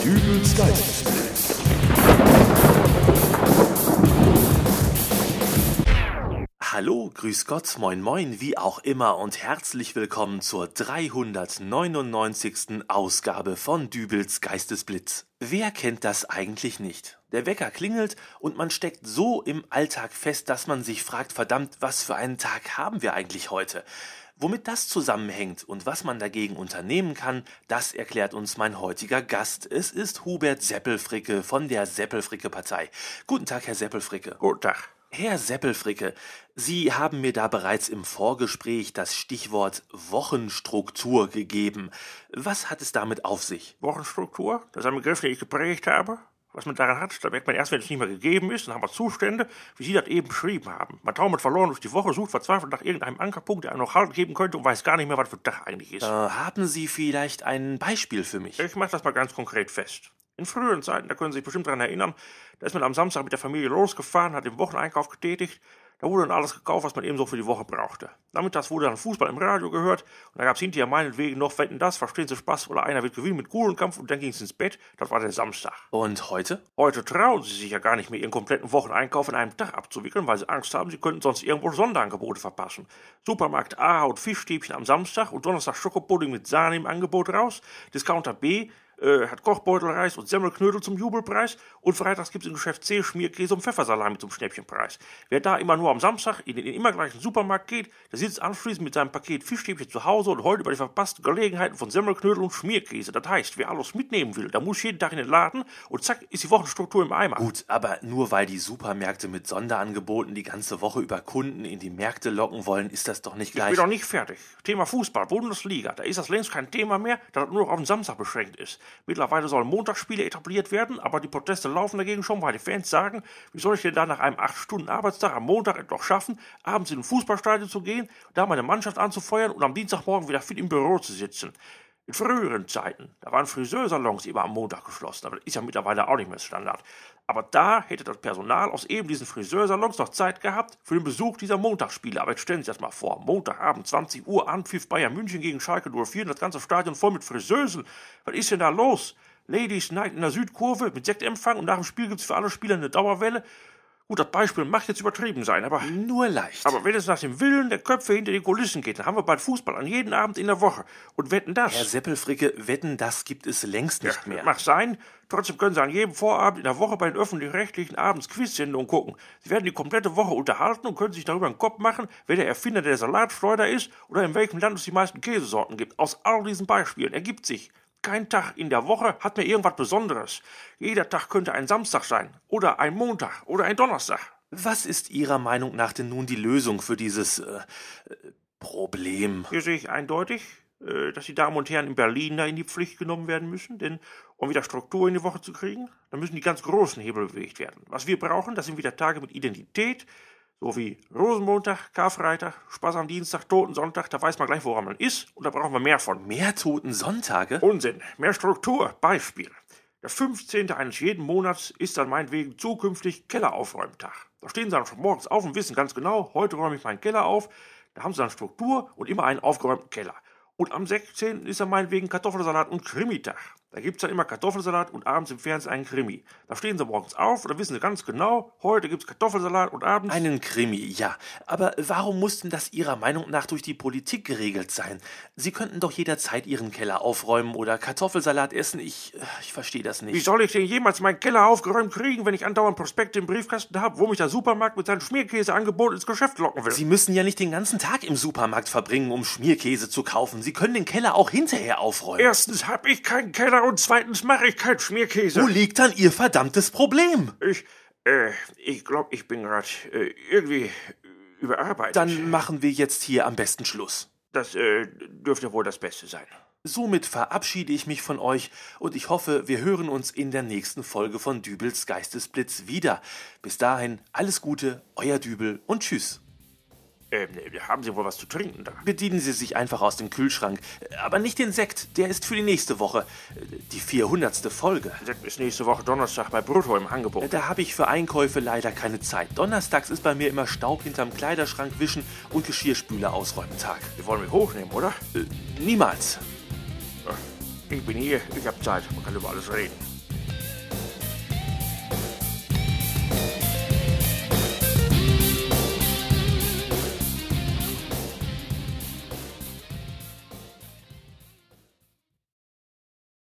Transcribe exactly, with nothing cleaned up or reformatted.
Dübels Geistesblitz. Hallo, grüß Gott, moin moin, wie auch immer und herzlich willkommen zur dreihundertneunundneunzigsten Ausgabe von Dübels Geistesblitz. Wer kennt das eigentlich nicht? Der Wecker klingelt und man steckt so im Alltag fest, dass man sich fragt, verdammt, was für einen Tag haben wir eigentlich heute? Womit das zusammenhängt und was man dagegen unternehmen kann, das erklärt uns mein heutiger Gast. Es ist Hubert Seppelfricke von der Seppelfricke-Partei. Guten Tag, Herr Seppelfricke. Guten Tag. Herr Seppelfricke, Sie haben mir da bereits im Vorgespräch das Stichwort Wochenstruktur gegeben. Was hat es damit auf sich? Wochenstruktur, das ist ein Begriff, den ich geprägt habe. Was man daran hat, da merkt man erst, wenn es nicht mehr gegeben ist, dann haben wir Zustände, wie Sie das eben beschrieben haben. Man taumelt verloren durch die Woche, sucht verzweifelt nach irgendeinem Ankerpunkt, der einem noch Halt geben könnte und weiß gar nicht mehr, was für ein Tag eigentlich ist. Äh, haben Sie vielleicht ein Beispiel für mich? Ich mache das mal ganz konkret fest. In früheren Zeiten, da können Sie sich bestimmt daran erinnern, da ist man am Samstag mit der Familie losgefahren, hat den Wocheneinkauf getätigt. Da wurde dann alles gekauft, was man eben so für die Woche brauchte. Nachmittags wurde dann Fußball im Radio gehört und da gab es hinterher meinetwegen noch Wetten das, verstehen Sie Spaß oder einer wird gewinnen mit Kugelkampf und dann ging es ins Bett. Das war der Samstag. Und heute? Heute trauen Sie sich ja gar nicht mehr, Ihren kompletten Wocheneinkauf in einem Tag abzuwickeln, weil Sie Angst haben, Sie könnten sonst irgendwo Sonderangebote verpassen. Supermarkt A haut Fischstäbchen am Samstag und Donnerstag Schokopudding mit Sahne im Angebot raus. Discounter B Äh, hat Kochbeutelreis und Semmelknödel zum Jubelpreis und freitags gibt es im Geschäft C Schmierkäse und Pfeffersalami zum Schnäppchenpreis. Wer da immer nur am Samstag in den immer gleichen Supermarkt geht, der sitzt anschließend mit seinem Paket Fischstäbchen zu Hause und heult über die verpassten Gelegenheiten von Semmelknödel und Schmierkäse. Das heißt, wer alles mitnehmen will, der muss jeden Tag in den Laden und zack ist die Wochenstruktur im Eimer. Gut, aber nur weil die Supermärkte mit Sonderangeboten die ganze Woche über Kunden in die Märkte locken wollen, ist das doch nicht gleich. Ich bin doch nicht fertig. Thema Fußball, Bundesliga, da ist das längst kein Thema mehr, da das nur noch auf den Samstag beschränkt ist. Mittlerweile sollen Montagsspiele etabliert werden, aber die Proteste laufen dagegen schon, weil die Fans sagen, wie soll ich denn da nach einem acht Stunden Arbeitstag am Montag noch schaffen, abends in ein Fußballstadion zu gehen, da meine Mannschaft anzufeuern und am Dienstagmorgen wieder fit im Büro zu sitzen. In früheren Zeiten, da waren Friseursalons immer am Montag geschlossen, aber das ist ja mittlerweile auch nicht mehr Standard. Aber da hätte das Personal aus eben diesen Friseursalons noch Zeit gehabt für den Besuch dieser Montagsspiele. Aber jetzt stellen Sie sich das mal vor, Montagabend, zwanzig Uhr, Anpfiff Bayern München gegen Schalke null vier, das ganze Stadion voll mit Friseusen. Was ist denn da los? Ladies Night in der Südkurve mit Sektempfang und nach dem Spiel gibt's für alle Spieler eine Dauerwelle. Gut, das Beispiel mag jetzt übertrieben sein, aber... Nur leicht. Aber wenn es nach dem Willen der Köpfe hinter den Kulissen geht, dann haben wir bald Fußball an jeden Abend in der Woche. Und Wetten das... Herr Seppelfricke, Wetten das gibt es längst nicht ja, mehr. Mag sein. Trotzdem können Sie an jedem Vorabend in der Woche bei den Öffentlich-Rechtlichen abends Quizsendungen gucken. Sie werden die komplette Woche unterhalten und können sich darüber einen Kopf machen, wer der Erfinder der Salatschleuder ist oder in welchem Land es die meisten Käsesorten gibt. Aus all diesen Beispielen ergibt sich... Kein Tag in der Woche hat mehr irgendwas Besonderes. Jeder Tag könnte ein Samstag sein, oder ein Montag, oder ein Donnerstag. Was ist Ihrer Meinung nach denn nun die Lösung für dieses äh, Problem? Hier sehe ich eindeutig, äh, dass die Damen und Herren in Berlin da in die Pflicht genommen werden müssen, denn um wieder Struktur in die Woche zu kriegen, dann müssen die ganz großen Hebel bewegt werden. Was wir brauchen, das sind wieder Tage mit Identität, so wie Rosenmontag, Karfreitag, Spaß am Dienstag, Totensonntag, da weiß man gleich, woran man ist und da brauchen wir mehr von. Mehr Totensonntage? Unsinn, mehr Struktur. Beispiel. Der fünfzehnte eines jeden Monats ist dann meinetwegen zukünftig Kelleraufräumtag. Da stehen sie dann schon morgens auf und wissen ganz genau, heute räume ich meinen Keller auf. Da haben sie dann Struktur und immer einen aufgeräumten Keller. Und am sechzehnten ist dann meinetwegen Kartoffelsalat und Krimitag. Da gibt's dann immer Kartoffelsalat und abends im Fernsehen einen Krimi. Da stehen sie morgens auf und da wissen sie ganz genau, heute gibt's Kartoffelsalat und abends... Einen Krimi, ja. Aber warum muss denn das Ihrer Meinung nach durch die Politik geregelt sein? Sie könnten doch jederzeit Ihren Keller aufräumen oder Kartoffelsalat essen. Ich, ich verstehe das nicht. Wie soll ich denn jemals meinen Keller aufgeräumt kriegen, wenn ich andauernd Prospekte im Briefkasten habe, wo mich der Supermarkt mit seinem Schmierkäseangebot ins Geschäft locken will? Sie müssen ja nicht den ganzen Tag im Supermarkt verbringen, um Schmierkäse zu kaufen. Sie können den Keller auch hinterher aufräumen. Erstens habe ich keinen Keller und zweitens mache ich keinen Schmierkäse. Wo liegt dann Ihr verdammtes Problem? Ich, äh, ich glaube, ich bin gerade äh, irgendwie überarbeitet. Dann machen wir jetzt hier am besten Schluss. Das äh, dürfte wohl das Beste sein. Somit verabschiede ich mich von euch und ich hoffe, wir hören uns in der nächsten Folge von Dübels Geistesblitz wieder. Bis dahin, alles Gute, euer Dübel und tschüss. Ähm, haben Sie wohl was zu trinken da? Bedienen Sie sich einfach aus dem Kühlschrank. Aber nicht den Sekt, der ist für die nächste Woche. Die vierhundertste Folge. Sekt ist nächste Woche Donnerstag bei Brutto im Angebot. Da habe ich für Einkäufe leider keine Zeit. Donnerstags ist bei mir immer Staub hinterm Kleiderschrank wischen und Geschirrspüler ausräumen Tag. Sie wollen mich hochnehmen, oder? Äh, niemals. Ich bin hier, ich hab Zeit, man kann über alles reden.